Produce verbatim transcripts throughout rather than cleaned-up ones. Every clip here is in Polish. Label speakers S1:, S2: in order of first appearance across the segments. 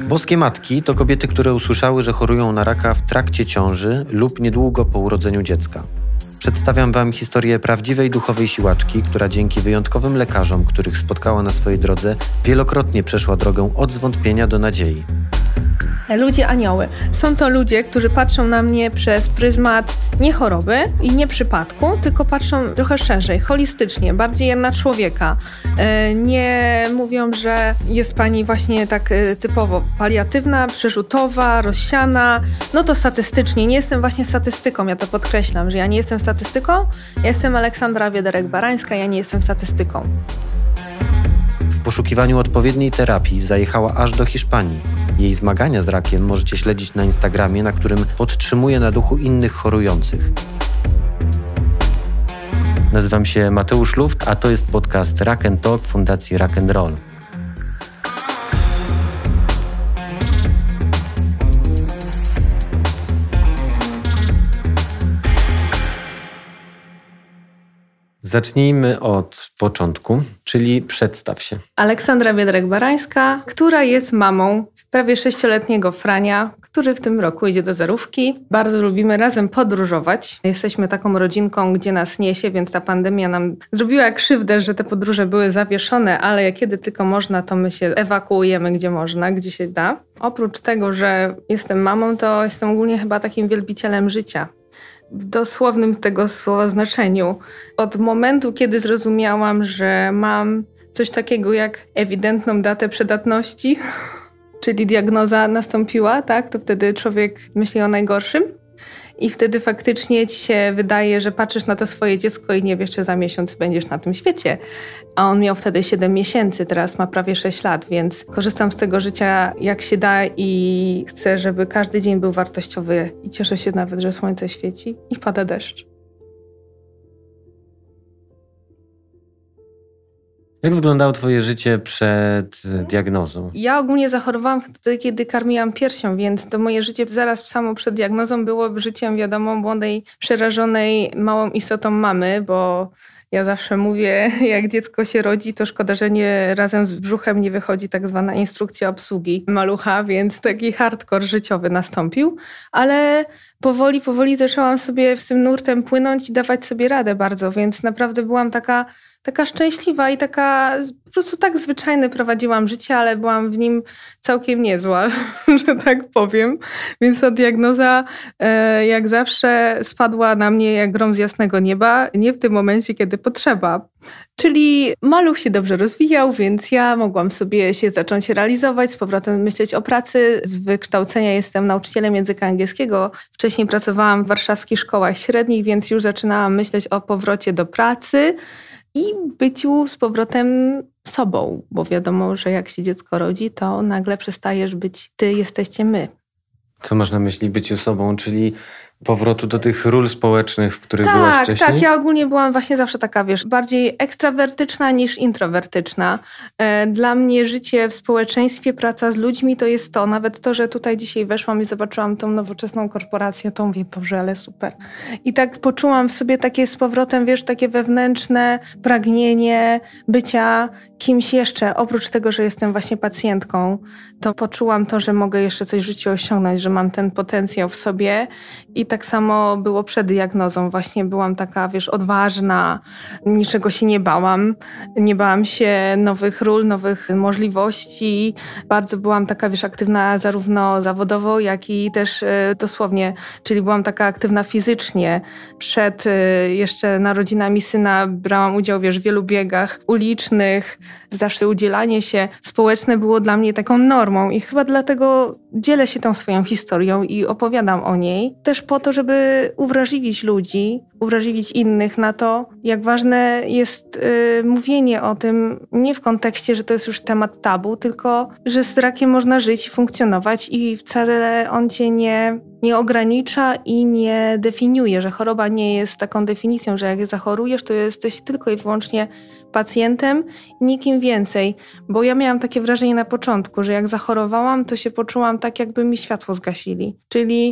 S1: Boskie matki to kobiety, które usłyszały, że chorują na raka w trakcie ciąży lub niedługo po urodzeniu dziecka. Przedstawiam Wam historię prawdziwej duchowej siłaczki, która dzięki wyjątkowym lekarzom, których spotkała na swojej drodze, wielokrotnie przeszła drogę od zwątpienia do nadziei.
S2: Ludzie anioły. Są to ludzie, którzy patrzą na mnie przez pryzmat nie choroby i nie przypadku, tylko patrzą trochę szerzej, holistycznie, bardziej na człowieka. Nie mówią, że jest pani właśnie tak typowo paliatywna, przerzutowa, rozsiana. No to statystycznie. Nie jestem właśnie statystyką, ja to podkreślam, że ja nie jestem statystyką. Ja jestem Aleksandra Wiederek-Barańska, ja nie jestem statystyką.
S1: W poszukiwaniu odpowiedniej terapii zajechała aż do Hiszpanii. Jej zmagania z rakiem możecie śledzić na Instagramie, na którym podtrzymuje na duchu innych chorujących. Nazywam się Mateusz Luft, a to jest podcast Rock and Talk Fundacji Rock and Roll. Zacznijmy od początku, czyli przedstaw się.
S2: Aleksandra Wiederek-Barańska, która jest mamą prawie sześcioletniego Frania, który w tym roku idzie do zerówki. Bardzo lubimy razem podróżować. Jesteśmy taką rodzinką, gdzie nas niesie, więc ta pandemia nam zrobiła krzywdę, że te podróże były zawieszone, ale kiedy tylko można, to my się ewakuujemy, gdzie można, gdzie się da. Oprócz tego, że jestem mamą, to jestem ogólnie chyba takim wielbicielem życia. W dosłownym tego słowa znaczeniu. Od momentu, kiedy zrozumiałam, że mam coś takiego jak ewidentną datę przydatności, czyli diagnoza nastąpiła, tak, to wtedy człowiek myśli o najgorszym i wtedy faktycznie ci się wydaje, że patrzysz na to swoje dziecko i nie wiesz, czy za miesiąc będziesz na tym świecie. A on miał wtedy siedem miesięcy, teraz ma prawie sześć lat, więc korzystam z tego życia jak się da i chcę, żeby każdy dzień był wartościowy i cieszę się nawet, że słońce świeci i pada deszcz.
S1: Jak wyglądało Twoje życie przed diagnozą?
S2: Ja ogólnie zachorowałam wtedy, kiedy karmiłam piersią, więc to moje życie zaraz samo przed diagnozą było życiem, wiadomo, młodej, przerażonej małą istotą mamy, bo ja zawsze mówię, jak dziecko się rodzi, to szkoda, że nie razem z brzuchem nie wychodzi tak zwana instrukcja obsługi malucha, więc taki hardcore życiowy nastąpił, ale powoli, powoli zaczęłam sobie z tym nurtem płynąć i dawać sobie radę bardzo, więc naprawdę byłam taka Taka szczęśliwa i taka, po prostu tak zwyczajne prowadziłam życie, ale byłam w nim całkiem niezła, że tak powiem. Więc ta diagnoza e, jak zawsze spadła na mnie jak grom z jasnego nieba, nie w tym momencie, kiedy potrzeba. Czyli maluch się dobrze rozwijał, więc ja mogłam sobie się zacząć realizować, z powrotem myśleć o pracy. Z wykształcenia jestem nauczycielem języka angielskiego. Wcześniej pracowałam w warszawskich szkołach średnich, więc już zaczynałam myśleć o powrocie do pracy i byciu z powrotem sobą, bo wiadomo, że jak się dziecko rodzi, to nagle przestajesz być ty, jesteście my.
S1: Co masz na myśli byciu sobą, czyli powrotu do tych ról społecznych, w których
S2: tak,
S1: byłaś wcześniej?
S2: Tak, ja ogólnie byłam właśnie zawsze taka, wiesz, bardziej ekstrawertyczna niż introwertyczna. Dla mnie życie w społeczeństwie, praca z ludźmi to jest to. Nawet to, że tutaj dzisiaj weszłam i zobaczyłam tą nowoczesną korporację, to mówię, Boże, ale super. I tak poczułam w sobie takie z powrotem, wiesz, takie wewnętrzne pragnienie bycia kimś jeszcze. Oprócz tego, że jestem właśnie pacjentką, to poczułam to, że mogę jeszcze coś w życiu osiągnąć, że mam ten potencjał w sobie. I tak samo było przed diagnozą. Właśnie byłam taka, wiesz, odważna, niczego się nie bałam. Nie bałam się nowych ról, nowych możliwości. Bardzo byłam taka, wiesz, aktywna zarówno zawodowo, jak i też y, dosłownie, czyli byłam taka aktywna fizycznie. Przed y, jeszcze narodzinami syna brałam udział, wiesz, w wielu biegach ulicznych. Zawsze udzielanie się społeczne było dla mnie taką normą i chyba dlatego dzielę się tą swoją historią i opowiadam o niej. Też po to, żeby uwrażliwić ludzi, uwrażliwić innych na to, jak ważne jest y, mówienie o tym nie w kontekście, że to jest już temat tabu, tylko że z rakiem można żyć i funkcjonować i wcale on cię nie, nie ogranicza i nie definiuje, że choroba nie jest taką definicją, że jak zachorujesz, to jesteś tylko i wyłącznie pacjentem i nikim więcej. Bo ja miałam takie wrażenie na początku, że jak zachorowałam, to się poczułam tak, jakby mi światło zgasili. Czyli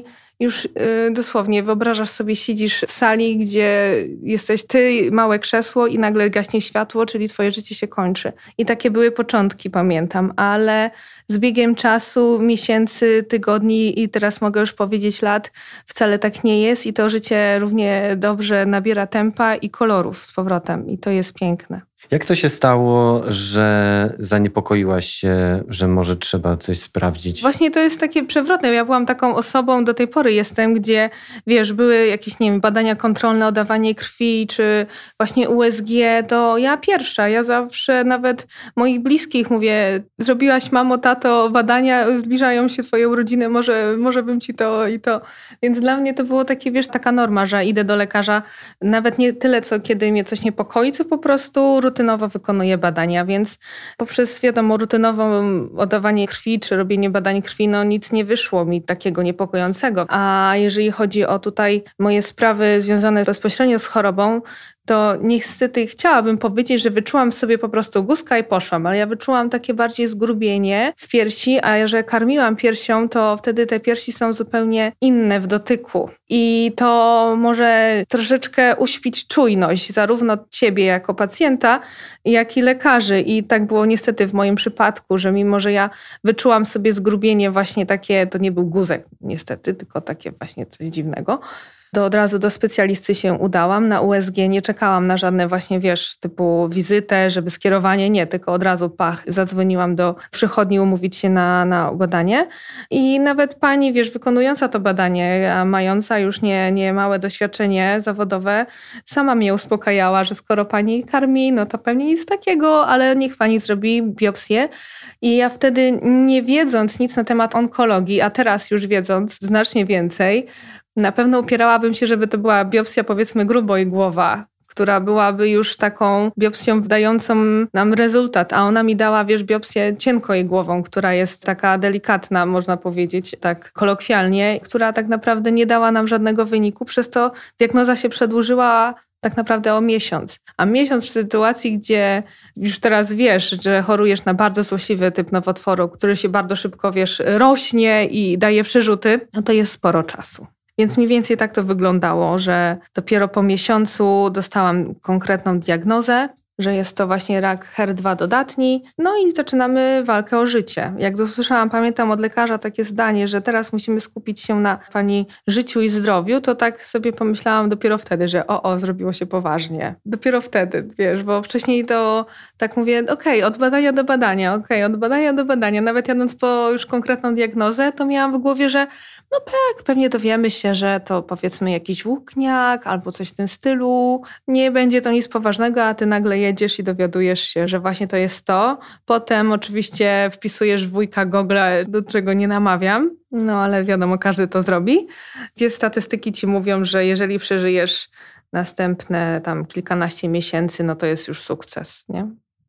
S2: Już yy, dosłownie wyobrażasz sobie, siedzisz w sali, gdzie jesteś ty, małe krzesło i nagle gaśnie światło, czyli twoje życie się kończy. I takie były początki, pamiętam, ale z biegiem czasu, miesięcy, tygodni i teraz mogę już powiedzieć lat, wcale tak nie jest i to życie równie dobrze nabiera tempa i kolorów z powrotem i to jest piękne.
S1: Jak to się stało, że zaniepokoiłaś się, że może trzeba coś sprawdzić?
S2: Właśnie to jest takie przewrotne. Ja byłam taką osobą, do tej pory jestem, gdzie wiesz, były jakieś, nie wiem, badania kontrolne, oddawanie krwi, czy właśnie U S G, to ja pierwsza. Ja zawsze nawet moich bliskich mówię, zrobiłaś mamo, tato badania, zbliżają się twoje urodziny, może, może bym ci to i to. Więc dla mnie to było takie, wiesz, taka norma, że idę do lekarza nawet nie tyle, co kiedy mnie coś niepokoi, co po prostu rutynowo wykonuję badania, więc poprzez, wiadomo, rutynowe oddawanie krwi czy robienie badań krwi, no nic nie wyszło mi takiego niepokojącego. A jeżeli chodzi o tutaj moje sprawy związane bezpośrednio z chorobą, to niestety chciałabym powiedzieć, że wyczułam sobie po prostu guzka i poszłam, ale ja wyczułam takie bardziej zgrubienie w piersi, a że karmiłam piersią, to wtedy te piersi są zupełnie inne w dotyku. I to może troszeczkę uśpić czujność zarówno ciebie jako pacjenta, jak i lekarzy. I tak było niestety w moim przypadku, że mimo, że ja wyczułam sobie zgrubienie właśnie takie, to nie był guzek niestety, tylko takie właśnie coś dziwnego, to od razu do specjalisty się udałam. Na U S G nie czekałam na żadne właśnie, wiesz, typu wizytę, żeby skierowanie, nie, tylko od razu pach, zadzwoniłam do przychodni umówić się na, na badanie. I nawet pani, wiesz, wykonująca to badanie, a mająca już nie, nie małe doświadczenie zawodowe, sama mnie uspokajała, że skoro pani karmi, no to pewnie nic takiego, ale niech pani zrobi biopsję. I ja wtedy, nie wiedząc nic na temat onkologii, a teraz już wiedząc znacznie więcej, na pewno upierałabym się, żeby to była biopsja, powiedzmy, grubojgłowa, która byłaby już taką biopsją dającą nam rezultat, a ona mi dała, wiesz, biopsję cienkojgłową, która jest taka delikatna, można powiedzieć tak kolokwialnie, która tak naprawdę nie dała nam żadnego wyniku, przez to diagnoza się przedłużyła tak naprawdę o miesiąc. A miesiąc w sytuacji, gdzie już teraz wiesz, że chorujesz na bardzo złośliwy typ nowotworu, który się bardzo szybko, wiesz, rośnie i daje przerzuty, no to jest sporo czasu. Więc mniej więcej tak to wyglądało, że dopiero po miesiącu dostałam konkretną diagnozę, że jest to właśnie rak H E R dwa dodatni. No i zaczynamy walkę o życie. Jak usłyszałam, pamiętam od lekarza takie zdanie, że teraz musimy skupić się na pani życiu i zdrowiu, to tak sobie pomyślałam dopiero wtedy, że o, o, zrobiło się poważnie. Dopiero wtedy, wiesz, bo wcześniej to tak mówię, okej, okay, od badania do badania, okej, okay, od badania do badania. Nawet jadąc po już konkretną diagnozę, to miałam w głowie, że no tak, pewnie dowiemy się, że to powiedzmy jakiś włókniak albo coś w tym stylu. Nie będzie to nic poważnego, a ty nagle jedziesz i dowiadujesz się, że właśnie to jest to. Potem oczywiście wpisujesz w wujka Google, do czego nie namawiam, no ale wiadomo, każdy to zrobi. Gdzie statystyki ci mówią, że jeżeli przeżyjesz następne tam kilkanaście miesięcy, no to jest już sukces, nie?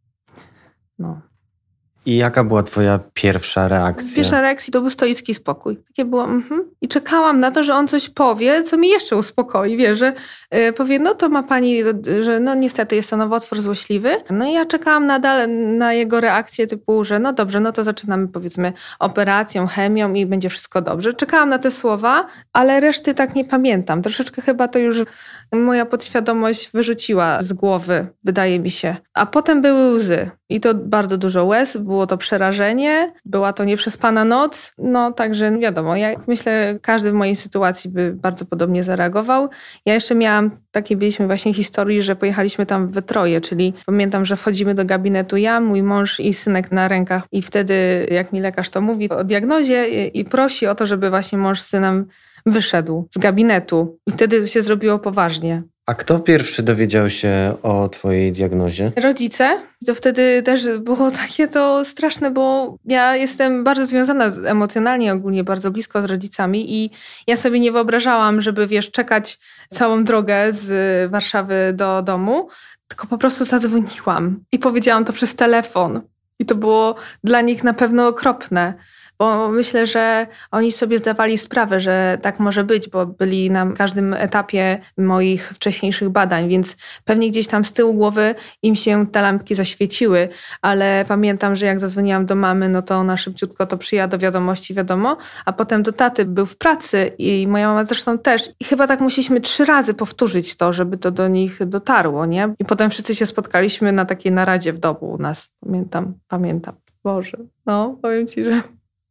S2: No.
S1: I jaka była twoja pierwsza reakcja?
S2: Pierwsza reakcja to był stoicki spokój. Takie było, mhm. I czekałam na to, że on coś powie, co mnie jeszcze uspokoi. Wiesz, że y, powie, no to ma pani, że no niestety jest to nowotwór złośliwy. No i ja czekałam nadal na jego reakcję typu, że no dobrze, no to zaczynamy powiedzmy operacją, chemią i będzie wszystko dobrze. Czekałam na te słowa, ale reszty tak nie pamiętam. Troszeczkę chyba to już moja podświadomość wyrzuciła z głowy, wydaje mi się. A potem były łzy. I to bardzo dużo łez, było to przerażenie, była to nieprzespana noc. No także wiadomo, ja myślę, każdy w mojej sytuacji by bardzo podobnie zareagował. Ja jeszcze miałam, takiej byliśmy właśnie historii, że pojechaliśmy tam we troje, czyli pamiętam, że wchodzimy do gabinetu ja, mój mąż i synek na rękach i wtedy, jak mi lekarz to mówi o diagnozie i, i prosi o to, żeby właśnie mąż z synem wyszedł z gabinetu i wtedy się zrobiło poważnie.
S1: A kto pierwszy dowiedział się o twojej diagnozie?
S2: Rodzice. To wtedy też było takie to straszne, bo ja jestem bardzo związana emocjonalnie, ogólnie bardzo blisko z rodzicami i ja sobie nie wyobrażałam, żeby wiesz, czekać całą drogę z Warszawy do domu, tylko po prostu zadzwoniłam i powiedziałam to przez telefon. I to było dla nich na pewno okropne. bo myślę, że oni sobie zdawali sprawę, że tak może być, bo byli na każdym etapie moich wcześniejszych badań, więc pewnie gdzieś tam z tyłu głowy im się te lampki zaświeciły, ale pamiętam, że jak zadzwoniłam do mamy, no to ona szybciutko to przyjęła do wiadomości, wiadomo, a potem do taty był w pracy i moja mama zresztą też. I chyba tak musieliśmy trzy razy powtórzyć to, żeby to do nich dotarło, nie? I potem wszyscy się spotkaliśmy na takiej naradzie w domu u nas. Pamiętam, pamiętam. Boże, no powiem ci, że...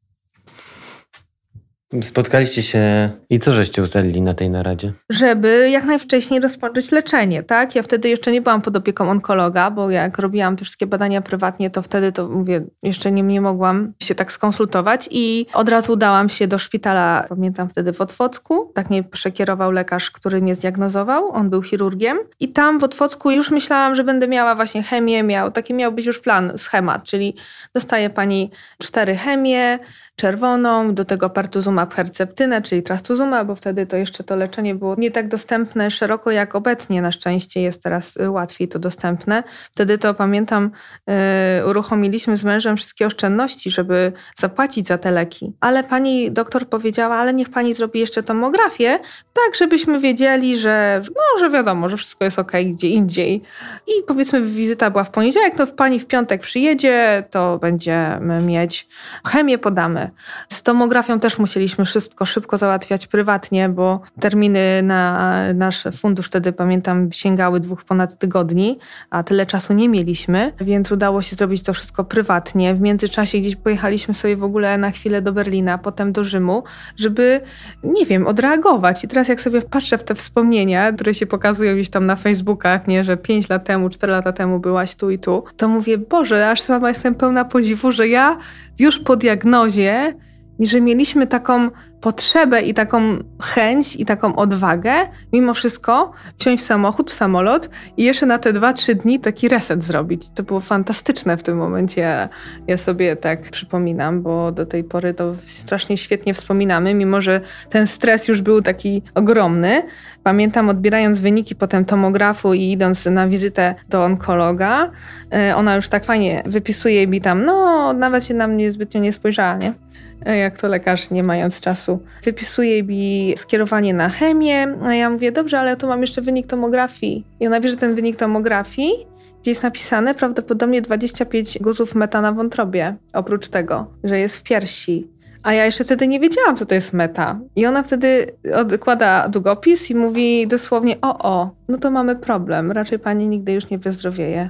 S1: Spotkaliście się i co żeście ustalili na tej naradzie?
S2: Żeby jak najwcześniej rozpocząć leczenie, tak? Ja wtedy jeszcze nie byłam pod opieką onkologa, bo jak robiłam te wszystkie badania prywatnie, to wtedy to mówię, jeszcze nie, nie mogłam się tak skonsultować i od razu udałam się do szpitala, pamiętam wtedy w Otwocku. Tak mnie przekierował lekarz, który mnie zdiagnozował. On był chirurgiem i tam w Otwocku już myślałam, że będę miała właśnie chemię, miał, taki miał być już plan, schemat, czyli dostaje pani cztery chemie, czerwoną, do tego pertuzumab herceptynę, czyli trastuzumab, bo wtedy to jeszcze to leczenie było nie tak dostępne szeroko jak obecnie. Na szczęście jest teraz łatwiej to dostępne. Wtedy to pamiętam, yy, uruchomiliśmy z mężem wszystkie oszczędności, żeby zapłacić za te leki. Ale pani doktor powiedziała, ale niech pani zrobi jeszcze tomografię, tak żebyśmy wiedzieli, że no, że wiadomo, że wszystko jest okej gdzie indziej. I powiedzmy wizyta była w poniedziałek, no pani w piątek przyjedzie, to będziemy mieć chemię, podamy. Z tomografią też musieliśmy wszystko szybko załatwiać prywatnie, bo terminy na nasz fundusz wtedy, pamiętam, sięgały dwóch ponad tygodni, a tyle czasu nie mieliśmy, więc udało się zrobić to wszystko prywatnie. W międzyczasie gdzieś pojechaliśmy sobie w ogóle na chwilę do Berlina, potem do Rzymu, żeby, nie wiem, odreagować. I teraz jak sobie patrzę w te wspomnienia, które się pokazują gdzieś tam na Facebookach, nie, że pięć lat temu, cztery lata temu byłaś tu i tu, to mówię, Boże, aż sama jestem pełna podziwu, że ja już po diagnozie, że mieliśmy taką potrzebę i taką chęć i taką odwagę, mimo wszystko wsiąść w samochód, w samolot i jeszcze na te dwa, trzy dni taki reset zrobić. To było fantastyczne w tym momencie. Ja sobie tak przypominam, bo do tej pory to strasznie świetnie wspominamy, mimo że ten stres już był taki ogromny. Pamiętam, odbierając wyniki potem tomografu i idąc na wizytę do onkologa, ona już tak fajnie wypisuje mi tam, no nawet się na mnie zbytnio nie spojrzała, nie? Jak to lekarz, nie mając czasu. Wypisuje mi skierowanie na chemię, a ja mówię, dobrze, ale tu mam jeszcze wynik tomografii. I ona wie, że ten wynik tomografii, gdzie jest napisane prawdopodobnie dwadzieścia pięć guzów meta na wątrobie. Oprócz tego, że jest w piersi. A ja jeszcze wtedy nie wiedziałam, co to jest meta. I ona wtedy odkłada długopis i mówi dosłownie, o, o, no to mamy problem. Raczej pani nigdy już nie wyzdrowieje.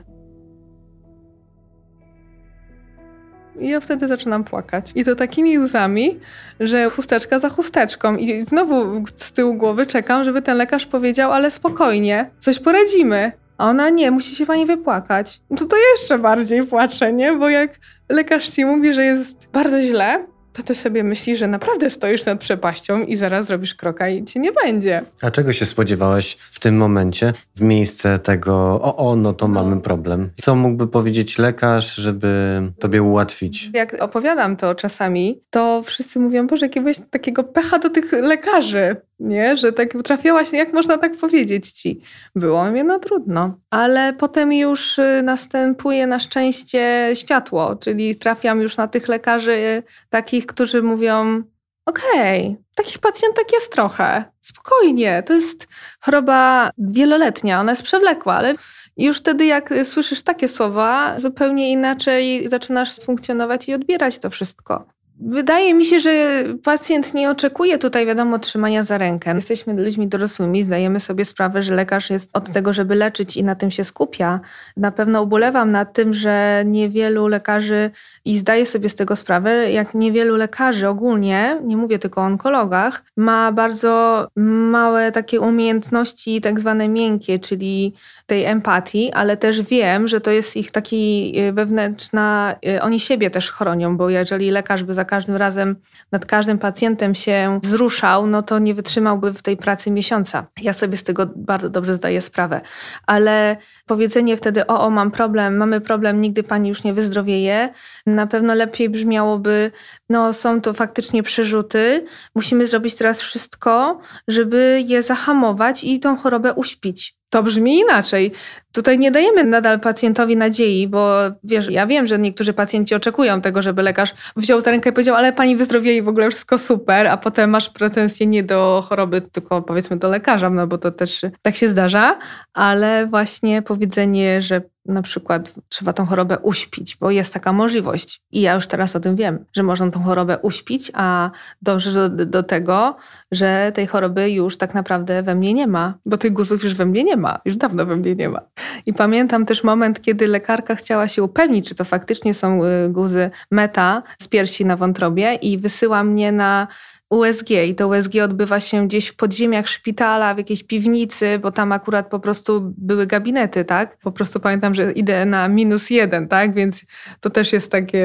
S2: I ja wtedy zaczynam płakać. I to takimi łzami, że chusteczka za chusteczką. I znowu z tyłu głowy czekam, żeby ten lekarz powiedział, ale spokojnie, coś poradzimy. A ona nie, musi się pani wypłakać. No to to jeszcze bardziej płaczę, nie? Bo jak lekarz ci mówi, że jest bardzo źle, to ty sobie myślisz, że naprawdę stoisz nad przepaścią i zaraz zrobisz kroka i cię nie będzie.
S1: A czego się spodziewałeś w tym momencie, w miejsce tego, o, o, no to no. mamy problem? Co mógłby powiedzieć lekarz, żeby tobie ułatwić?
S2: Jak opowiadam to czasami, to wszyscy mówią, Boże, jakiegoś takiego pecha do tych lekarzy, nie? Że tak trafiałaś, jak można tak powiedzieć ci? Było mi, no trudno. Ale potem już następuje na szczęście światło, czyli trafiam już na tych lekarzy takich, którzy mówią, okej, okay, takich pacjentek jest trochę, spokojnie, to jest choroba wieloletnia, ona jest przewlekła, ale już wtedy jak słyszysz takie słowa, zupełnie inaczej zaczynasz funkcjonować i odbierać to wszystko. Wydaje mi się, że pacjent nie oczekuje tutaj, wiadomo, trzymania za rękę. Jesteśmy ludźmi dorosłymi, zdajemy sobie sprawę, że lekarz jest od tego, żeby leczyć i na tym się skupia. Na pewno ubolewam nad tym, że niewielu lekarzy, i zdaję sobie z tego sprawę, jak niewielu lekarzy ogólnie, nie mówię tylko o onkologach, ma bardzo małe takie umiejętności tak zwane miękkie, czyli tej empatii, ale też wiem, że to jest ich taki wewnętrzna, oni siebie też chronią, bo jeżeli lekarz by za każdym razem nad każdym pacjentem się wzruszał, no to nie wytrzymałby w tej pracy miesiąca. Ja sobie z tego bardzo dobrze zdaję sprawę. Ale powiedzenie wtedy, o, o, mam problem, mamy problem, nigdy pani już nie wyzdrowieje, na pewno lepiej brzmiałoby, no są to faktycznie przerzuty, musimy zrobić teraz wszystko, żeby je zahamować i tą chorobę uśpić. To brzmi inaczej. Tutaj nie dajemy nadal pacjentowi nadziei, bo wiesz, ja wiem, że niektórzy pacjenci oczekują tego, żeby lekarz wziął za rękę i powiedział, ale pani wyzdrowieje i w ogóle wszystko super, a potem masz pretensje nie do choroby, tylko powiedzmy do lekarza, no bo to też tak się zdarza, ale właśnie powiedzenie, że na przykład trzeba tą chorobę uśpić, bo jest taka możliwość. I ja już teraz o tym wiem, że można tą chorobę uśpić, a dążę do, do tego, że tej choroby już tak naprawdę we mnie nie ma, bo tych guzów już we mnie nie ma, już dawno we mnie nie ma. I pamiętam też moment, kiedy lekarka chciała się upewnić, czy to faktycznie są guzy meta z piersi na wątrobie i wysyła mnie na U S G i to U S G odbywa się gdzieś w podziemiach szpitala, w jakiejś piwnicy, bo tam akurat po prostu były gabinety, tak? Po prostu pamiętam, że idę na minus jeden, tak? Więc to też jest takie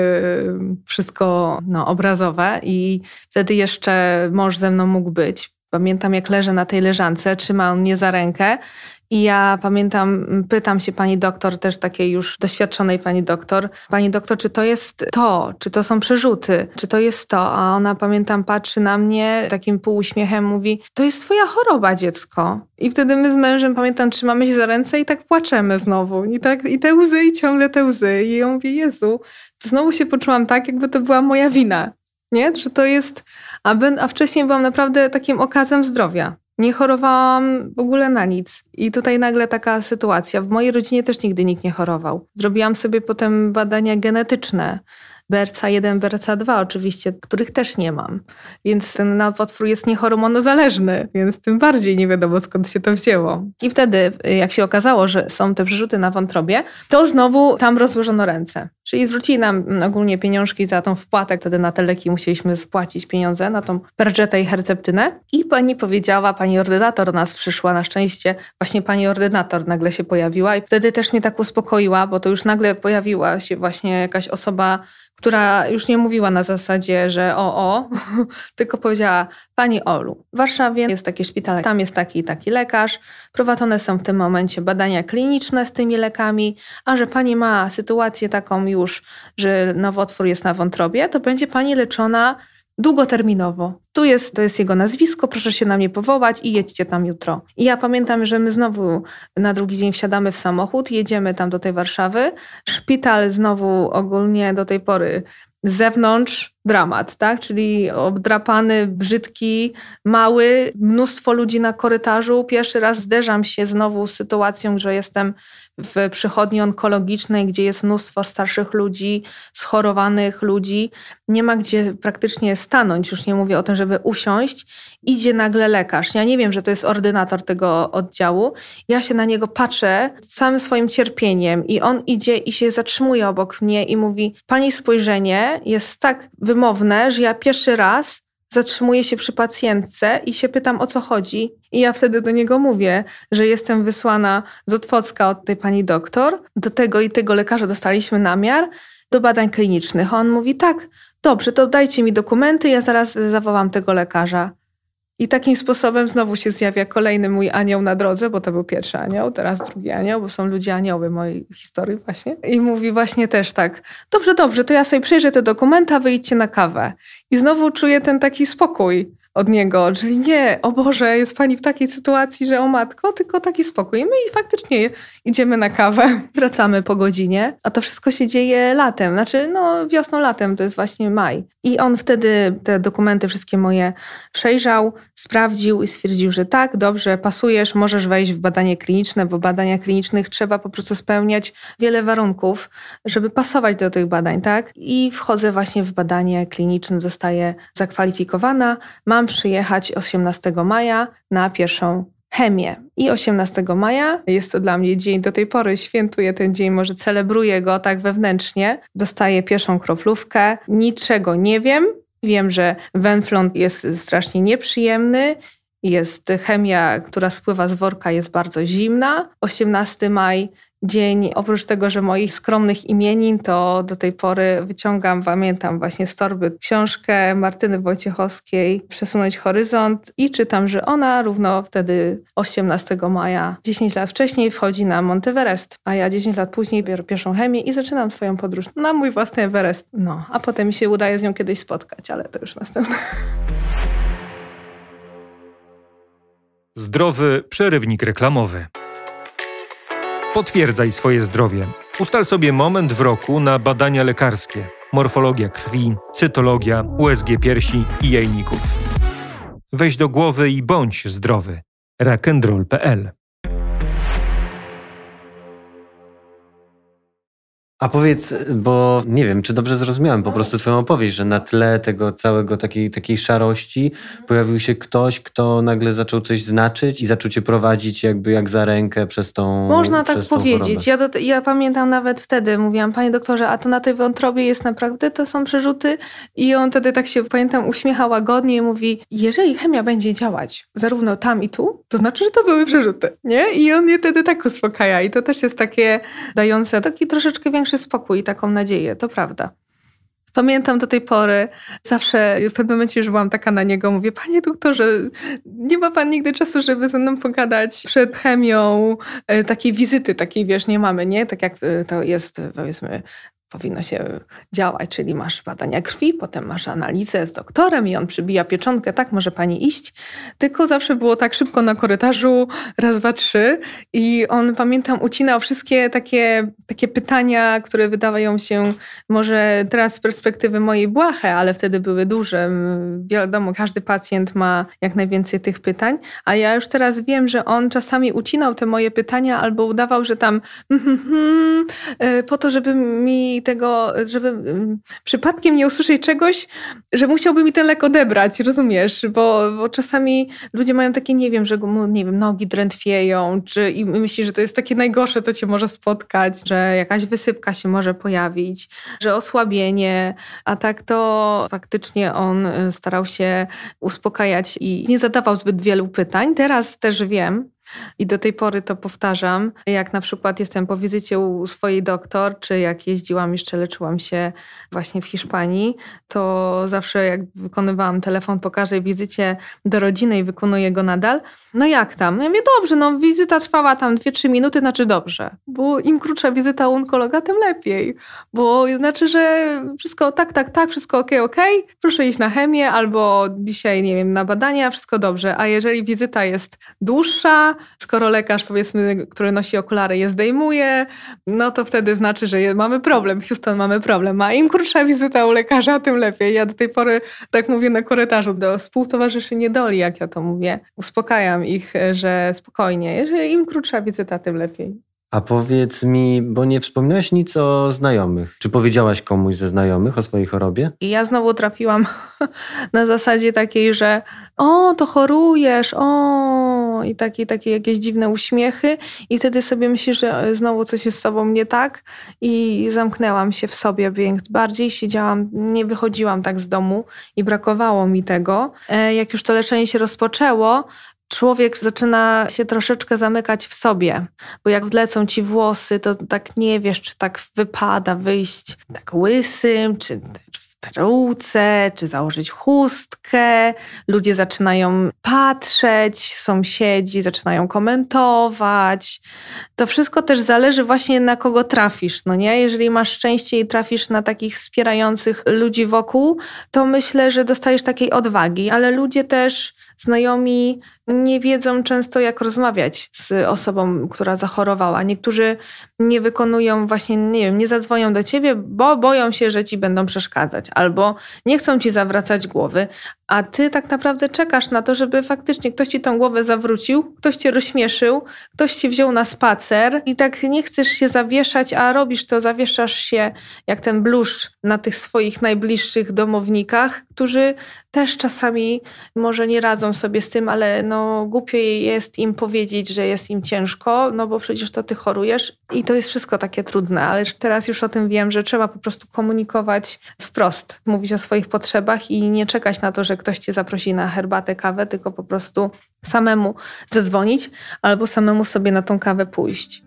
S2: wszystko no, obrazowe i wtedy jeszcze mąż ze mną mógł być. Pamiętam, jak leżę na tej leżance, trzyma on mnie za rękę. I ja pamiętam, pytam się pani doktor, też takiej już doświadczonej pani doktor, pani doktor, czy to jest to, czy to są przerzuty, czy to jest to? A ona, pamiętam, patrzy na mnie takim półuśmiechem, mówi, to jest twoja choroba, dziecko. I wtedy my z mężem, pamiętam, trzymamy się za ręce i tak płaczemy znowu. I, tak, i te łzy, i ciągle te łzy. I ja mówię, Jezu, to znowu się poczułam tak, jakby to była moja wina. Nie? Że to jest, a, ben, a wcześniej byłam naprawdę takim okazem zdrowia. Nie chorowałam w ogóle na nic. I tutaj nagle taka sytuacja. W mojej rodzinie też nigdy nikt nie chorował. Zrobiłam sobie potem badania genetyczne. B R C A jeden, B R C A dwa oczywiście, których też nie mam. Więc ten nowotwór jest niehormonozależny, więc tym bardziej nie wiadomo, skąd się to wzięło. I wtedy, jak się okazało, że są te przerzuty na wątrobie, to znowu tam rozłożono ręce. Czyli zwrócili nam ogólnie pieniążki za tą wpłatę. Wtedy na te leki musieliśmy wpłacić pieniądze, na tą Perjetę i Herceptynę. I pani powiedziała, pani ordynator do nas przyszła, na szczęście właśnie pani ordynator nagle się pojawiła i wtedy też mnie tak uspokoiła, bo to już nagle pojawiła się właśnie jakaś osoba, która już nie mówiła na zasadzie, że o, o, tylko powiedziała, pani Olu, w Warszawie jest taki szpital, tam jest taki i taki lekarz, prowadzone są w tym momencie badania kliniczne z tymi lekami, a że pani ma sytuację taką już, że nowotwór jest na wątrobie, to będzie pani leczona długoterminowo. Tu jest, to jest jego nazwisko, proszę się na mnie powołać i jedźcie tam jutro. I ja pamiętam, że my znowu na drugi dzień wsiadamy w samochód, jedziemy tam do tej Warszawy. Szpital znowu ogólnie do tej pory z zewnątrz dramat, tak? Czyli obdrapany, brzydki, mały, mnóstwo ludzi na korytarzu. Pierwszy raz zderzam się znowu z sytuacją, że jestem w przychodni onkologicznej, gdzie jest mnóstwo starszych ludzi, schorowanych ludzi. Nie ma gdzie praktycznie stanąć, już nie mówię o tym, żeby usiąść. Idzie nagle lekarz. Ja nie wiem, że to jest ordynator tego oddziału. Ja się na niego patrzę z całym swoim cierpieniem i on idzie i się zatrzymuje obok mnie i mówi, pani spojrzenie jest tak wymowne, że ja pierwszy raz zatrzymuję się przy pacjentce i się pytam, o co chodzi. I ja wtedy do niego mówię, że jestem wysłana z Otwocka od tej pani doktor. Do tego i tego lekarza dostaliśmy namiar do badań klinicznych. A on mówi, tak, dobrze, to dajcie mi dokumenty, ja zaraz zawołam tego lekarza. I takim sposobem znowu się zjawia kolejny mój anioł na drodze, bo to był pierwszy anioł, teraz drugi anioł, bo są ludzie anioły mojej historii właśnie. I mówi właśnie też tak, dobrze, dobrze, to ja sobie przejrzę te dokumenty, a wyjdźcie na kawę. I znowu czuję ten taki spokój od niego, czyli nie, o Boże, jest pani w takiej sytuacji, że o matko, tylko taki spokój. I my i faktycznie idziemy na kawę, wracamy po godzinie, a to wszystko się dzieje latem, znaczy no wiosną, latem, to jest właśnie maj. I on wtedy te dokumenty wszystkie moje przejrzał, sprawdził i stwierdził, że tak, dobrze, pasujesz, możesz wejść w badanie kliniczne, bo w badaniach klinicznych trzeba po prostu spełniać wiele warunków, żeby pasować do tych badań, tak? I wchodzę właśnie w badanie kliniczne, zostaję zakwalifikowana, mam przyjechać osiemnastego maja na pierwszą chemię. I osiemnastego maja jest to dla mnie dzień, do tej pory świętuję ten dzień, może celebruję go tak wewnętrznie. Dostaję pierwszą kroplówkę, niczego nie wiem. Wiem, że wenflon jest strasznie nieprzyjemny, jest chemia, która spływa z worka, jest bardzo zimna. osiemnastego maja, dzień, oprócz tego, że moich skromnych imienin, to do tej pory wyciągam, pamiętam właśnie z torby książkę Martyny Wojciechowskiej Przesunąć horyzont i czytam, że ona równo wtedy osiemnastego maja, dziesięć lat wcześniej wchodzi na Mount Everest, a ja dziesięć lat później biorę pierwszą chemię i zaczynam swoją podróż na mój własny Everest. No, a potem mi się udaje z nią kiedyś spotkać, ale to już następne.
S3: Zdrowy przerywnik reklamowy. Potwierdzaj swoje zdrowie. Ustal sobie moment w roku na badania lekarskie. Morfologia krwi, cytologia, U S G piersi i jajników. Weź do głowy i bądź zdrowy. rock'n'roll kropka p l.
S1: A powiedz, bo nie wiem, czy dobrze zrozumiałem po prostu twoją opowieść, że na tle tego całego takiej, takiej szarości pojawił się ktoś, kto nagle zaczął coś znaczyć i zaczął cię prowadzić jakby jak za rękę przez tą
S2: Można tak
S1: przez tą
S2: powiedzieć. Ja, do, ja pamiętam nawet wtedy, mówiłam, panie doktorze, a to na tej wątrobie jest naprawdę, to są przerzuty? I on wtedy tak się, pamiętam, uśmiecha łagodnie i mówi, jeżeli chemia będzie działać zarówno tam i tu, to znaczy, że to były przerzuty, nie? I on mnie wtedy tak uspokaja i to też jest takie dające taki troszeczkę większy spokój i taką nadzieję, to prawda. Pamiętam do tej pory, zawsze w pewnym momencie już byłam taka na niego, mówię, panie doktorze, nie ma pan nigdy czasu, żeby ze mną pogadać przed chemią, takiej wizyty, takiej wiesz, nie mamy, nie? Tak jak to jest, powiedzmy, powinno się działać, czyli masz badania krwi, potem masz analizę z doktorem i on przybija pieczątkę, tak, może pani iść. Tylko zawsze było tak szybko na korytarzu, raz, dwa, trzy i on, pamiętam, ucinał wszystkie takie, takie pytania, które wydawają się może teraz z perspektywy mojej błahe, ale wtedy były duże. Wiadomo, każdy pacjent ma jak najwięcej tych pytań, a ja już teraz wiem, że on czasami ucinał te moje pytania albo udawał, że tam mm, mm, mm, po to, żeby mi tego, żeby um, przypadkiem nie usłyszeć czegoś, że musiałby mi ten lek odebrać, rozumiesz? Bo, bo czasami ludzie mają takie, nie wiem, że mu, nie wiem, nogi drętwieją, czy i myśli, że to jest takie najgorsze, co cię może spotkać, że jakaś wysypka się może pojawić, że osłabienie, a tak to faktycznie on starał się uspokajać i nie zadawał zbyt wielu pytań. Teraz też wiem, i do tej pory to powtarzam, jak na przykład jestem po wizycie u swojej doktor, czy jak jeździłam, jeszcze leczyłam się właśnie w Hiszpanii, to zawsze jak wykonywałam telefon po każdej wizycie do rodziny i wykonuję go nadal, no jak tam? Ja mówię, dobrze, no wizyta trwała tam dwie trzy minuty, znaczy dobrze, bo im krótsza wizyta u onkologa, tym lepiej, bo znaczy, że wszystko tak, tak, tak, wszystko okej, okej, proszę iść na chemię albo dzisiaj, nie wiem, na badania, wszystko dobrze, a jeżeli wizyta jest dłuższa, skoro lekarz, powiedzmy, który nosi okulary, je zdejmuje, no to wtedy znaczy, że mamy problem. Houston, mamy problem. A im krótsza wizyta u lekarza, tym lepiej. Ja do tej pory tak mówię na korytarzu do współtowarzyszy niedoli, jak ja to mówię. Uspokajam ich, że spokojnie. Jeżeli im krótsza wizyta, tym lepiej.
S1: A powiedz mi, bo nie wspomniałaś nic o znajomych. Czy powiedziałaś komuś ze znajomych o swojej chorobie?
S2: I ja znowu trafiłam na zasadzie takiej, że o, to chorujesz, o, i takie, takie jakieś dziwne uśmiechy i wtedy sobie myślisz, że znowu coś jest z sobą nie tak i zamknęłam się w sobie bardziej, siedziałam, nie wychodziłam tak z domu i brakowało mi tego. Jak już to leczenie się rozpoczęło, człowiek zaczyna się troszeczkę zamykać w sobie, bo jak wlecą ci włosy, to tak nie wiesz, czy tak wypada wyjść tak łysym, czy, czy w peruce, czy założyć chustkę. Ludzie zaczynają patrzeć, sąsiedzi zaczynają komentować. To wszystko też zależy właśnie na kogo trafisz, no nie? Jeżeli masz szczęście i trafisz na takich wspierających ludzi wokół, to myślę, że dostajesz takiej odwagi, ale ludzie też, znajomi, nie wiedzą często, jak rozmawiać z osobą, która zachorowała. Niektórzy nie wykonują właśnie, nie wiem, nie zadzwonią do ciebie, bo boją się, że ci będą przeszkadzać albo nie chcą ci zawracać głowy, a ty tak naprawdę czekasz na to, żeby faktycznie ktoś ci tą głowę zawrócił, ktoś cię rozśmieszył, ktoś ci wziął na spacer i tak nie chcesz się zawieszać, a robisz to, zawieszasz się jak ten bluszcz na tych swoich najbliższych domownikach, którzy też czasami może nie radzą sobie z tym, ale no głupio jest im powiedzieć, że jest im ciężko, no bo przecież to ty chorujesz i to jest wszystko takie trudne, ale teraz już o tym wiem, że trzeba po prostu komunikować wprost, mówić o swoich potrzebach i nie czekać na to, że ktoś cię zaprosi na herbatę, kawę, tylko po prostu samemu zadzwonić albo samemu sobie na tą kawę pójść.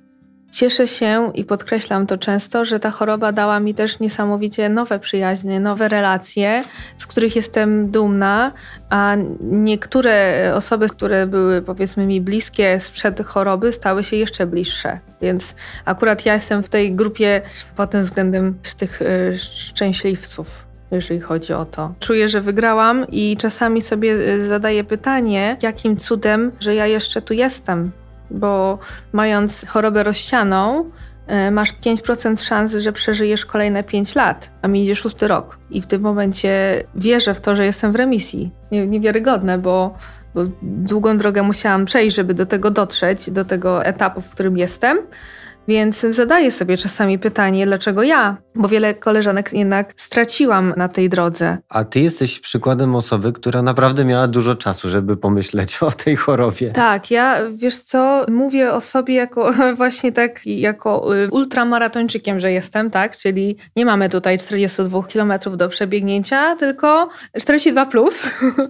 S2: cieszę się i podkreślam to często, że ta choroba dała mi też niesamowicie nowe przyjaźnie, nowe relacje, z których jestem dumna, a niektóre osoby, które były powiedzmy mi bliskie sprzed choroby, stały się jeszcze bliższe. Więc akurat ja jestem w tej grupie pod tym względem z tych y, szczęśliwców, jeżeli chodzi o to. Czuję, że wygrałam i czasami sobie zadaję pytanie, jakim cudem, że ja jeszcze tu jestem. Bo mając chorobę rozsianą, masz pięć procent szans, że przeżyjesz kolejne pięć lat, a mi idzie szósty rok. I w tym momencie wierzę w to, że jestem w remisji. Nie, niewiarygodne, bo, bo długą drogę musiałam przejść, żeby do tego dotrzeć, do tego etapu, w którym jestem. Więc zadaję sobie czasami pytanie, dlaczego ja? Bo wiele koleżanek jednak straciłam na tej drodze.
S1: A ty jesteś przykładem osoby, która naprawdę miała dużo czasu, żeby pomyśleć o tej chorobie.
S2: Tak, ja wiesz co, mówię o sobie jako właśnie tak, jako ultramaratończykiem, że jestem, tak? Czyli nie mamy tutaj czterdzieści dwa kilometrów do przebiegnięcia, tylko czterdzieści dwa plus.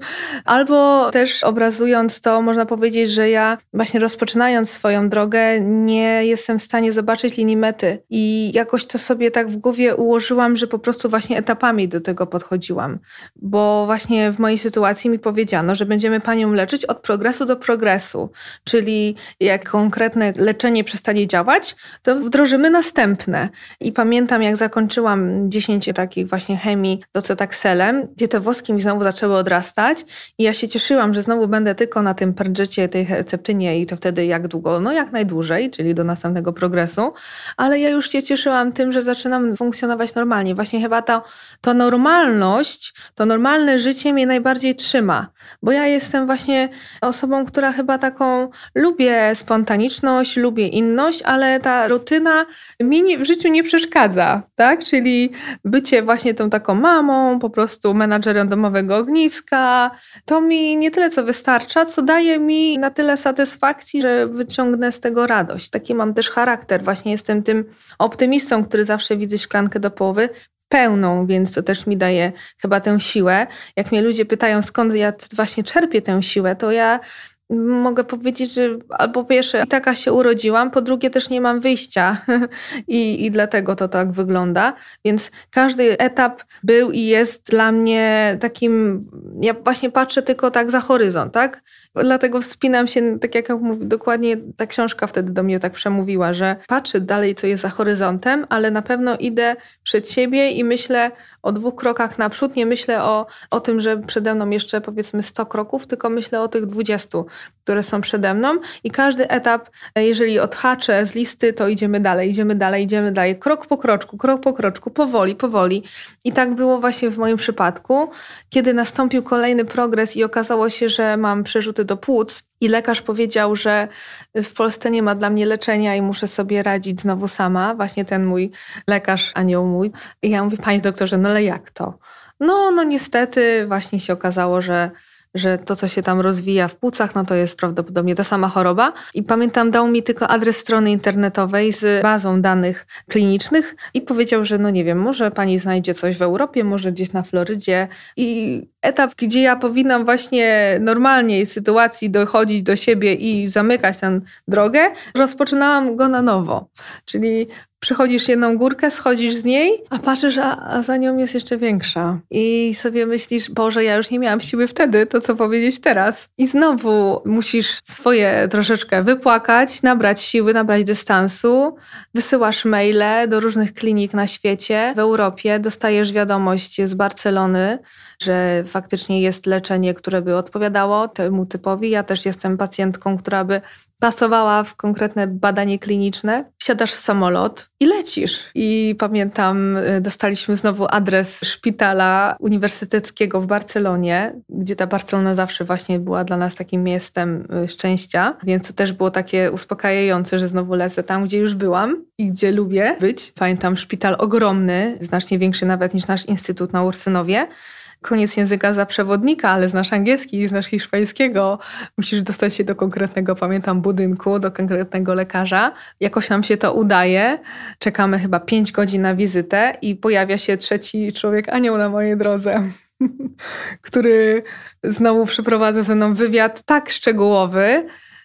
S2: Albo też obrazując to, można powiedzieć, że ja właśnie rozpoczynając swoją drogę nie jestem w stanie zobaczyć linii mety i jakoś to sobie tak w głowie ułożyłam, że po prostu właśnie etapami do tego podchodziłam. Bo właśnie w mojej sytuacji mi powiedziano, że będziemy panią leczyć od progresu do progresu. Czyli jak konkretne leczenie przestanie działać, to wdrożymy następne. I pamiętam, jak zakończyłam dziesięć takich właśnie chemii docetaxelem, gdzie te woski mi znowu zaczęły odrastać i ja się cieszyłam, że znowu będę tylko na tym perdżycie, tej herceptynie i to wtedy jak długo? No jak najdłużej, czyli do następnego progresu. Ale ja już się cieszyłam tym, że zaczynam funkcjonować normalnie. Właśnie chyba ta, ta normalność, to normalne życie mnie najbardziej trzyma. Bo ja jestem właśnie osobą, która chyba taką lubię spontaniczność, lubię inność, ale ta rutyna mi nie, w życiu nie przeszkadza, tak? Czyli bycie właśnie tą taką mamą, po prostu menadżerem domowego ogniska, to mi nie tyle co wystarcza, co daje mi na tyle satysfakcji, że wyciągnę z tego radość. Taki mam też charakter. Właśnie jestem tym optymistą, który zawsze widzę szklankę do połowy pełną, więc to też mi daje chyba tę siłę. Jak mnie ludzie pytają, skąd ja właśnie czerpię tę siłę, to ja mogę powiedzieć, że albo po pierwsze taka się urodziłam, po drugie też nie mam wyjścia I, i dlatego to tak wygląda. Więc każdy etap był i jest dla mnie takim, ja właśnie patrzę tylko tak za horyzont, tak? Dlatego wspinam się, tak jak mówi, dokładnie ta książka wtedy do mnie tak przemówiła, że patrzę dalej, co jest za horyzontem, ale na pewno idę przed siebie i myślę o dwóch krokach naprzód. Nie myślę o, o tym, że przede mną jeszcze powiedzmy sto kroków, tylko myślę o tych dwudziestu, które są przede mną i każdy etap, jeżeli odhaczę z listy, to idziemy dalej, idziemy dalej, idziemy dalej. Krok po kroczku, krok po kroczku, powoli, powoli. I tak było właśnie w moim przypadku, kiedy nastąpił kolejny progres i okazało się, że mam przerzuty do płuc i lekarz powiedział, że w Polsce nie ma dla mnie leczenia i muszę sobie radzić znowu sama. Właśnie ten mój lekarz, anioł mój. I ja mówię, panie doktorze, no ale jak to? No, no niestety właśnie się okazało, że że to, co się tam rozwija w płucach, no to jest prawdopodobnie ta sama choroba. I pamiętam, dał mi tylko adres strony internetowej z bazą danych klinicznych i powiedział, że no nie wiem, może pani znajdzie coś w Europie, może gdzieś na Florydzie. I etap, gdzie ja powinnam właśnie normalnie z sytuacji dochodzić do siebie i zamykać tę drogę, rozpoczynałam go na nowo. Czyli przychodzisz jedną górkę, schodzisz z niej, a patrzysz, a, a za nią jest jeszcze większa. I sobie myślisz, Boże, ja już nie miałam siły wtedy, to co powiedzieć teraz. I znowu musisz swoje troszeczkę wypłakać, nabrać siły, nabrać dystansu. Wysyłasz maile do różnych klinik na świecie, w Europie. Dostajesz wiadomość z Barcelony, że faktycznie jest leczenie, które by odpowiadało temu typowi. Ja też jestem pacjentką, która by pasowała w konkretne badanie kliniczne. Wsiadasz w samolot i lecisz. I pamiętam, dostaliśmy znowu adres szpitala uniwersyteckiego w Barcelonie, gdzie ta Barcelona zawsze właśnie była dla nas takim miastem szczęścia, więc to też było takie uspokajające, że znowu lecę tam, gdzie już byłam i gdzie lubię być. Pamiętam szpital ogromny, znacznie większy nawet niż nasz instytut na Ursynowie. Koniec języka za przewodnika, ale znasz angielski, znasz hiszpańskiego. Musisz dostać się do konkretnego, pamiętam, budynku, do konkretnego lekarza. Jakoś nam się to udaje. Czekamy chyba pięć godzin na wizytę i pojawia się trzeci człowiek anioł na mojej drodze, który znowu przeprowadza ze mną wywiad tak szczegółowy,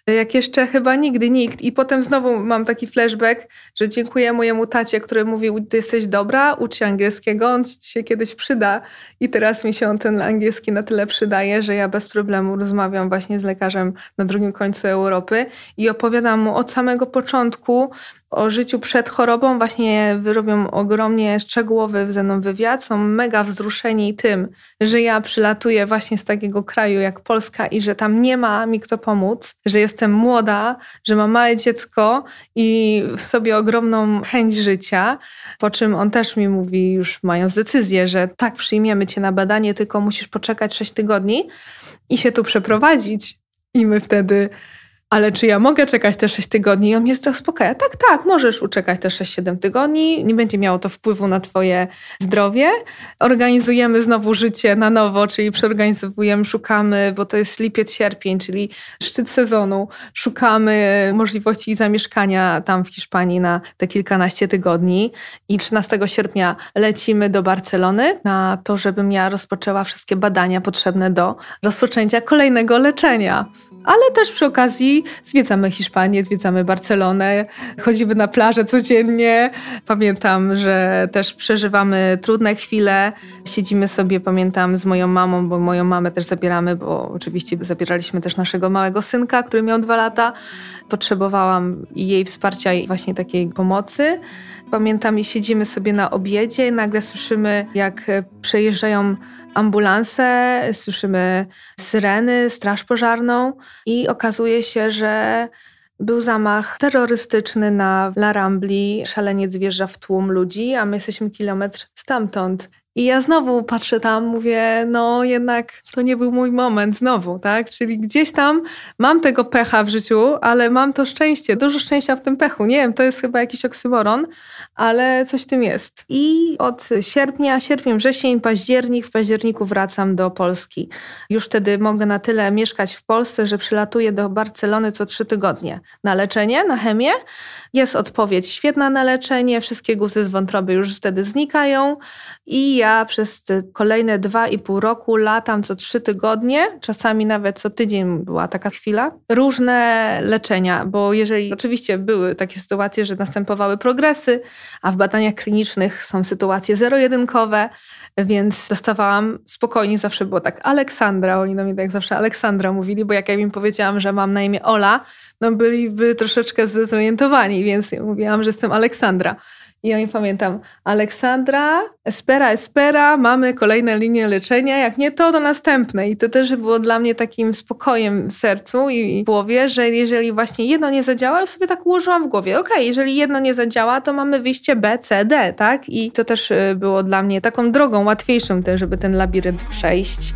S2: jak jeszcze chyba nigdy nikt. I potem znowu mam taki flashback, że dziękuję mojemu tacie, który mówił, ty jesteś dobra, ucz się angielskiego, on ci się kiedyś przyda. I teraz mi się on ten angielski na tyle przydaje, że ja bez problemu rozmawiam właśnie z lekarzem na drugim końcu Europy i opowiadam mu od samego początku o życiu przed chorobą. Właśnie robią ogromnie szczegółowy ze mną wywiad. Są mega wzruszeni tym, że ja przylatuję właśnie z takiego kraju jak Polska i że tam nie ma mi kto pomóc, że jestem młoda, że mam małe dziecko i w sobie ogromną chęć życia. Po czym on też mi mówi, już mając decyzję, że tak, przyjmiemy cię na badanie, tylko musisz poczekać sześć tygodni i się tu przeprowadzić. I my wtedy... Ale czy ja mogę czekać te sześć tygodni? I on mnie uspokaja. Tak, tak, możesz uczekać te sześć siedem tygodni. Nie będzie miało to wpływu na twoje zdrowie. Organizujemy znowu życie na nowo, czyli przeorganizowujemy, szukamy, bo to jest lipiec, sierpień, czyli szczyt sezonu. Szukamy możliwości zamieszkania tam w Hiszpanii na te kilkanaście tygodni. I trzynastego sierpnia lecimy do Barcelony na to, żebym ja rozpoczęła wszystkie badania potrzebne do rozpoczęcia kolejnego leczenia. Ale też przy okazji zwiedzamy Hiszpanię, zwiedzamy Barcelonę, chodzimy na plażę codziennie. Pamiętam, że też przeżywamy trudne chwile. Siedzimy sobie, pamiętam, z moją mamą, bo moją mamę też zabieramy, bo oczywiście zabieraliśmy też naszego małego synka, który miał dwa lata. Potrzebowałam jej wsparcia i właśnie takiej pomocy. Pamiętam, i siedzimy sobie na obiedzie i nagle słyszymy, jak przejeżdżają ambulanse, słyszymy syreny, straż pożarną i okazuje się, że był zamach terrorystyczny na La Rambli. Szaleniec wjeżdża w tłum ludzi, a my jesteśmy kilometr stamtąd. I ja znowu patrzę tam, mówię, no jednak to nie był mój moment znowu, tak? Czyli gdzieś tam mam tego pecha w życiu, ale mam to szczęście, dużo szczęścia w tym pechu. Nie wiem, to jest chyba jakiś oksymoron, ale coś w tym jest. I od sierpnia, sierpień, wrzesień, październik, w październiku wracam do Polski. Już wtedy mogę na tyle mieszkać w Polsce, że przylatuję do Barcelony co trzy tygodnie na leczenie, na chemię. Jest odpowiedź świetna na leczenie, wszystkie guzy z wątroby już wtedy znikają i ja przez kolejne dwa i pół roku latam co trzy tygodnie, czasami nawet co tydzień była taka chwila. Różne leczenia, bo jeżeli oczywiście były takie sytuacje, że następowały progresy, a w badaniach klinicznych są sytuacje zero-jedynkowe, więc dostawałam spokojnie, zawsze było tak Aleksandra, oni do mnie tak zawsze Aleksandra mówili, bo jak ja im powiedziałam, że mam na imię Ola, no byliby troszeczkę zdezorientowani, więc mówiłam, że jestem Aleksandra. I ja pamiętam, Aleksandra, espera, espera, mamy kolejne linie leczenia, jak nie to, to następne. I to też było dla mnie takim spokojem w sercu i w głowie, że jeżeli właśnie jedno nie zadziała, ja sobie tak ułożyłam w głowie, okej, okay, jeżeli jedno nie zadziała, to mamy wyjście B, C, D, tak? I to też było dla mnie taką drogą łatwiejszą też, żeby ten labirynt przejść.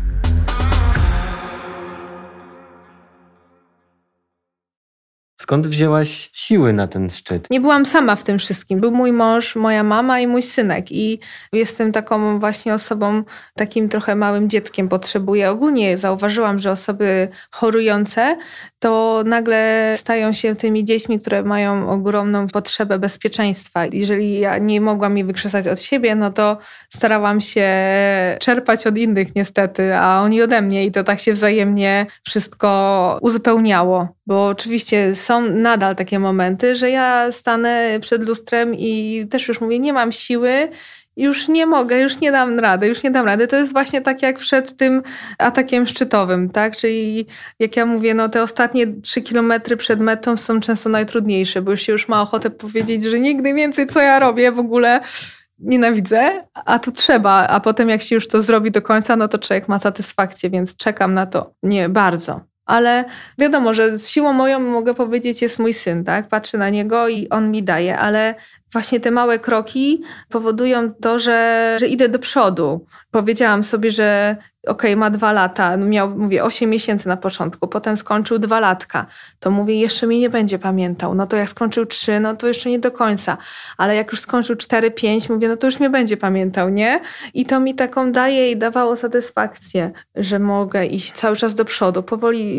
S1: Skąd wzięłaś siły na ten szczyt?
S2: Nie byłam sama w tym wszystkim. Był mój mąż, moja mama i mój synek. I jestem taką właśnie osobą, takim trochę małym dzieckiem. Potrzebuję ogólnie. Zauważyłam, że osoby chorujące to nagle stają się tymi dziećmi, które mają ogromną potrzebę bezpieczeństwa. Jeżeli ja nie mogłam jej wykrzesać od siebie, no to starałam się czerpać od innych niestety, a oni ode mnie. I to tak się wzajemnie wszystko uzupełniało. Bo oczywiście są nadal takie momenty, że ja stanę przed lustrem i też już mówię, nie mam siły, już nie mogę, już nie dam rady, już nie dam rady. To jest właśnie tak jak przed tym atakiem szczytowym, tak? Czyli jak ja mówię, no te ostatnie trzy kilometry przed metą są często najtrudniejsze, bo już się już ma ochotę powiedzieć, że nigdy więcej co ja robię w ogóle. Nienawidzę, a tu trzeba, a potem jak się już to zrobi do końca, no to człowiek ma satysfakcję, więc czekam na to. Nie, bardzo. Ale wiadomo, że siłą moją, mogę powiedzieć, jest mój syn, tak? Patrzę na niego i on mi daje, ale właśnie te małe kroki powodują to, że, że idę do przodu. Powiedziałam sobie, że okej, okay, ma dwa lata, miał, mówię, osiem miesięcy na początku, potem skończył dwa latka, to mówię, jeszcze mnie nie będzie pamiętał. No to jak skończył trzy, no to jeszcze nie do końca. Ale jak już skończył cztery, pięć, mówię, no to już mnie będzie pamiętał, nie? I to mi taką daje i dawało satysfakcję, że mogę iść cały czas do przodu. Powoli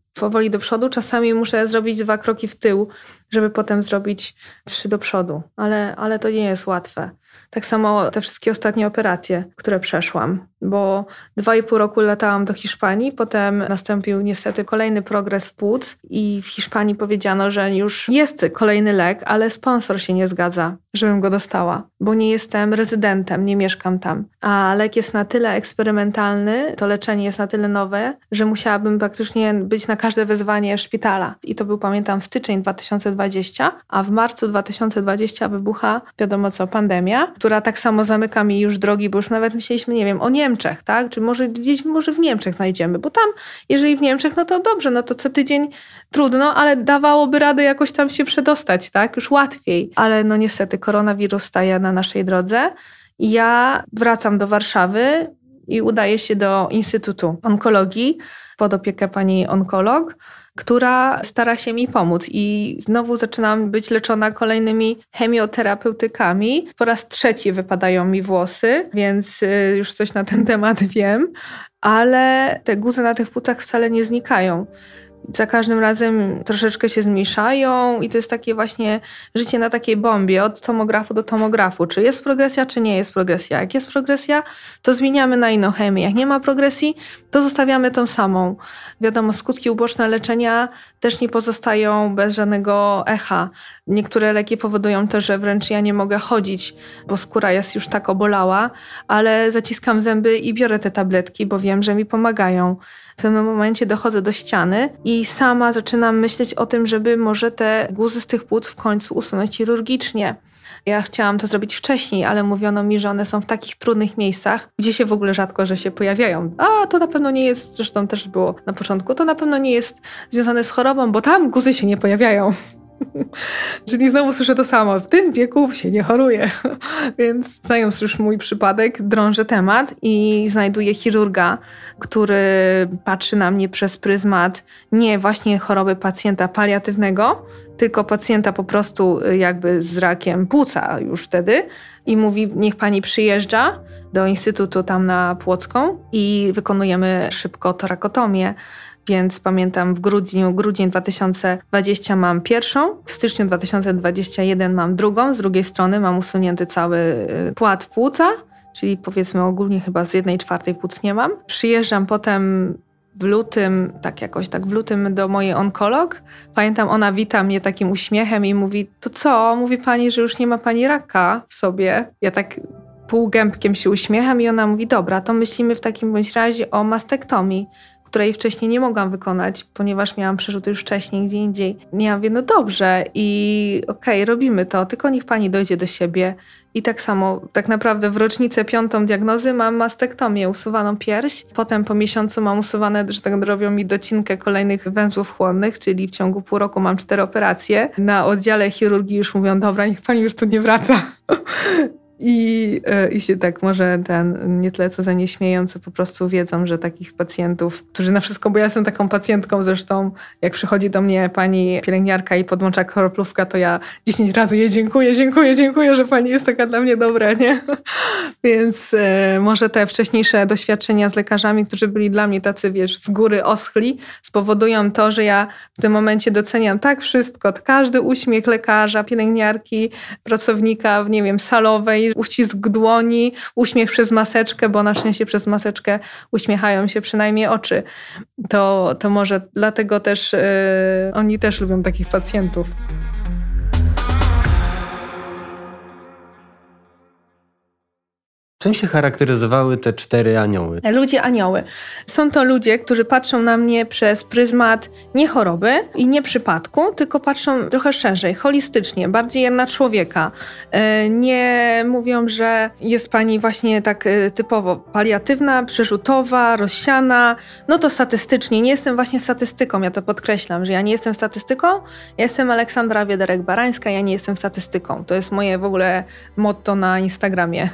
S2: powoli do przodu. Czasami muszę zrobić dwa kroki w tył, żeby potem zrobić trzy do przodu. Ale, ale to nie jest łatwe. Tak samo te wszystkie ostatnie operacje, które przeszłam, bo dwa i pół roku latałam do Hiszpanii, potem nastąpił niestety kolejny progres płuc i w Hiszpanii powiedziano, że już jest kolejny lek, ale sponsor się nie zgadza, żebym go dostała, bo nie jestem rezydentem, nie mieszkam tam. A lek jest na tyle eksperymentalny, to leczenie jest na tyle nowe, że musiałabym praktycznie być na każde wezwanie szpitala. I to był, pamiętam, styczeń dwa tysiące dwudziesty, a w marcu dwa tysiące dwudziestego wybucha, wiadomo co, pandemia, która tak samo zamyka mi już drogi, bo już nawet myśleliśmy, nie wiem, o Niemczech, tak? Czy może gdzieś, może w Niemczech znajdziemy, bo tam, jeżeli w Niemczech, no to dobrze, no to co tydzień trudno, ale dawałoby radę jakoś tam się przedostać, tak? Już łatwiej. Ale no niestety koronawirus staje na naszej drodze i ja wracam do Warszawy i udaję się do Instytutu Onkologii pod opiekę pani onkolog, która stara się mi pomóc i znowu zaczynam być leczona kolejnymi chemioterapeutykami. Po raz trzeci wypadają mi włosy, więc już coś na ten temat wiem, ale te guzy na tych płucach wcale nie znikają. Za każdym razem troszeczkę się zmniejszają i to jest takie właśnie życie na takiej bombie, od tomografu do tomografu. Czy jest progresja, czy nie jest progresja. Jak jest progresja, to zmieniamy na inną chemię. Jak nie ma progresji, to zostawiamy tą samą. Wiadomo, skutki uboczne leczenia też nie pozostają bez żadnego echa. Niektóre leki powodują to, że wręcz ja nie mogę chodzić, bo skóra jest już tak obolała, ale zaciskam zęby i biorę te tabletki, bo wiem, że mi pomagają. W pewnym momencie dochodzę do ściany i sama zaczynam myśleć o tym, żeby może te guzy z tych płuc w końcu usunąć chirurgicznie. Ja chciałam to zrobić wcześniej, ale mówiono mi, że one są w takich trudnych miejscach, gdzie się w ogóle rzadko, że się pojawiają. A to na pewno nie jest, zresztą też było na początku, to na pewno nie jest związane z chorobą, bo tam guzy się nie pojawiają. Czyli znowu słyszę to samo, w tym wieku się nie choruje. Więc znając już mój przypadek, drążę temat i znajduję chirurga, który patrzy na mnie przez pryzmat nie właśnie choroby pacjenta paliatywnego, tylko pacjenta po prostu jakby z rakiem płuca już wtedy i mówi, niech pani przyjeżdża do Instytutu tam na Płocką i wykonujemy szybko torakotomię. Więc pamiętam w grudniu, grudzień dwa tysiące dwudziesty mam pierwszą, w styczniu dwa tysiące dwudziestym pierwszym mam drugą, z drugiej strony mam usunięty cały płat płuca, czyli powiedzmy ogólnie chyba z jednej czwartej płuc nie mam. Przyjeżdżam potem w lutym, tak jakoś tak w lutym do mojej onkolog. Pamiętam, ona wita mnie takim uśmiechem i mówi, to co? Mówi pani, że już nie ma pani raka w sobie. Ja tak półgębkiem się uśmiecham i ona mówi, dobra, to myślimy w takim bądź razie o mastektomii, której wcześniej nie mogłam wykonać, ponieważ miałam przerzuty już wcześniej, gdzie indziej. Ja mówię, no dobrze i okej, okay, robimy to, tylko niech pani dojdzie do siebie. I tak samo, tak naprawdę w rocznicę piątą diagnozy mam mastektomię, usuwaną pierś. Potem po miesiącu mam usuwane, że tak robią mi docinkę kolejnych węzłów chłonnych, czyli w ciągu pół roku mam cztery operacje. Na oddziale chirurgii już mówią, dobra, niech pani już tu nie wraca. I, I się tak może ten, nie tyle co ze mnie śmieją, co po prostu wiedzą, że takich pacjentów, którzy na wszystko, bo ja jestem taką pacjentką zresztą, jak przychodzi do mnie pani pielęgniarka i podłącza kroplówkę, to ja dziesięć razy jej dziękuję, dziękuję, dziękuję, że pani jest taka dla mnie dobra, nie? Więc e, może te wcześniejsze doświadczenia z lekarzami, którzy byli dla mnie tacy, wiesz, z góry oschli, spowodują to, że ja w tym momencie doceniam tak wszystko, każdy uśmiech lekarza, pielęgniarki, pracownika, nie wiem, salowej, uścisk dłoni, uśmiech przez maseczkę, bo na szczęście przez maseczkę uśmiechają się przynajmniej oczy. To, to może dlatego też yy, oni też lubią takich pacjentów.
S1: Czym się charakteryzowały te cztery anioły?
S2: Ludzie anioły. Są to ludzie, którzy patrzą na mnie przez pryzmat nie choroby i nie przypadku, tylko patrzą trochę szerzej, holistycznie, bardziej na człowieka. Nie mówią, że jest pani właśnie tak typowo paliatywna, przerzutowa, rozsiana. No to statystycznie. Nie jestem właśnie statystyką, ja to podkreślam, że ja nie jestem statystyką. Ja jestem Aleksandra Wiederek-Barańska, ja nie jestem statystyką. To jest moje w ogóle motto na Instagramie.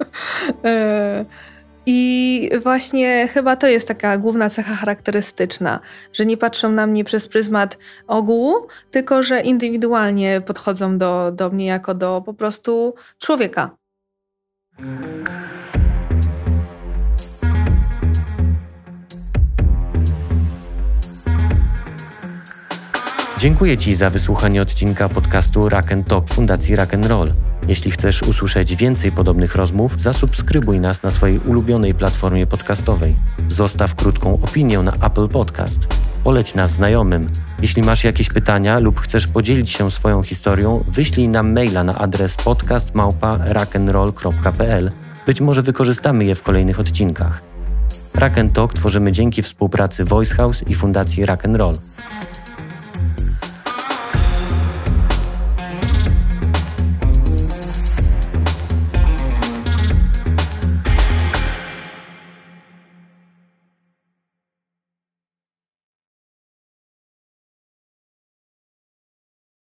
S2: I właśnie chyba to jest taka główna cecha charakterystyczna, że nie patrzą na mnie przez pryzmat ogółu, tylko że indywidualnie podchodzą do, do mnie jako do po prostu człowieka.
S1: Dziękuję Ci za wysłuchanie odcinka podcastu Rock and Talk Fundacji Rock and Roll. Jeśli chcesz usłyszeć więcej podobnych rozmów, zasubskrybuj nas na swojej ulubionej platformie podcastowej. Zostaw krótką opinię na Apple Podcast. Poleć nas znajomym. Jeśli masz jakieś pytania lub chcesz podzielić się swoją historią, wyślij nam maila na adres podcast małpa rockandroll kropka p l. Być może wykorzystamy je w kolejnych odcinkach. Rock and Talk tworzymy dzięki współpracy Voice House i Fundacji Rock and Roll.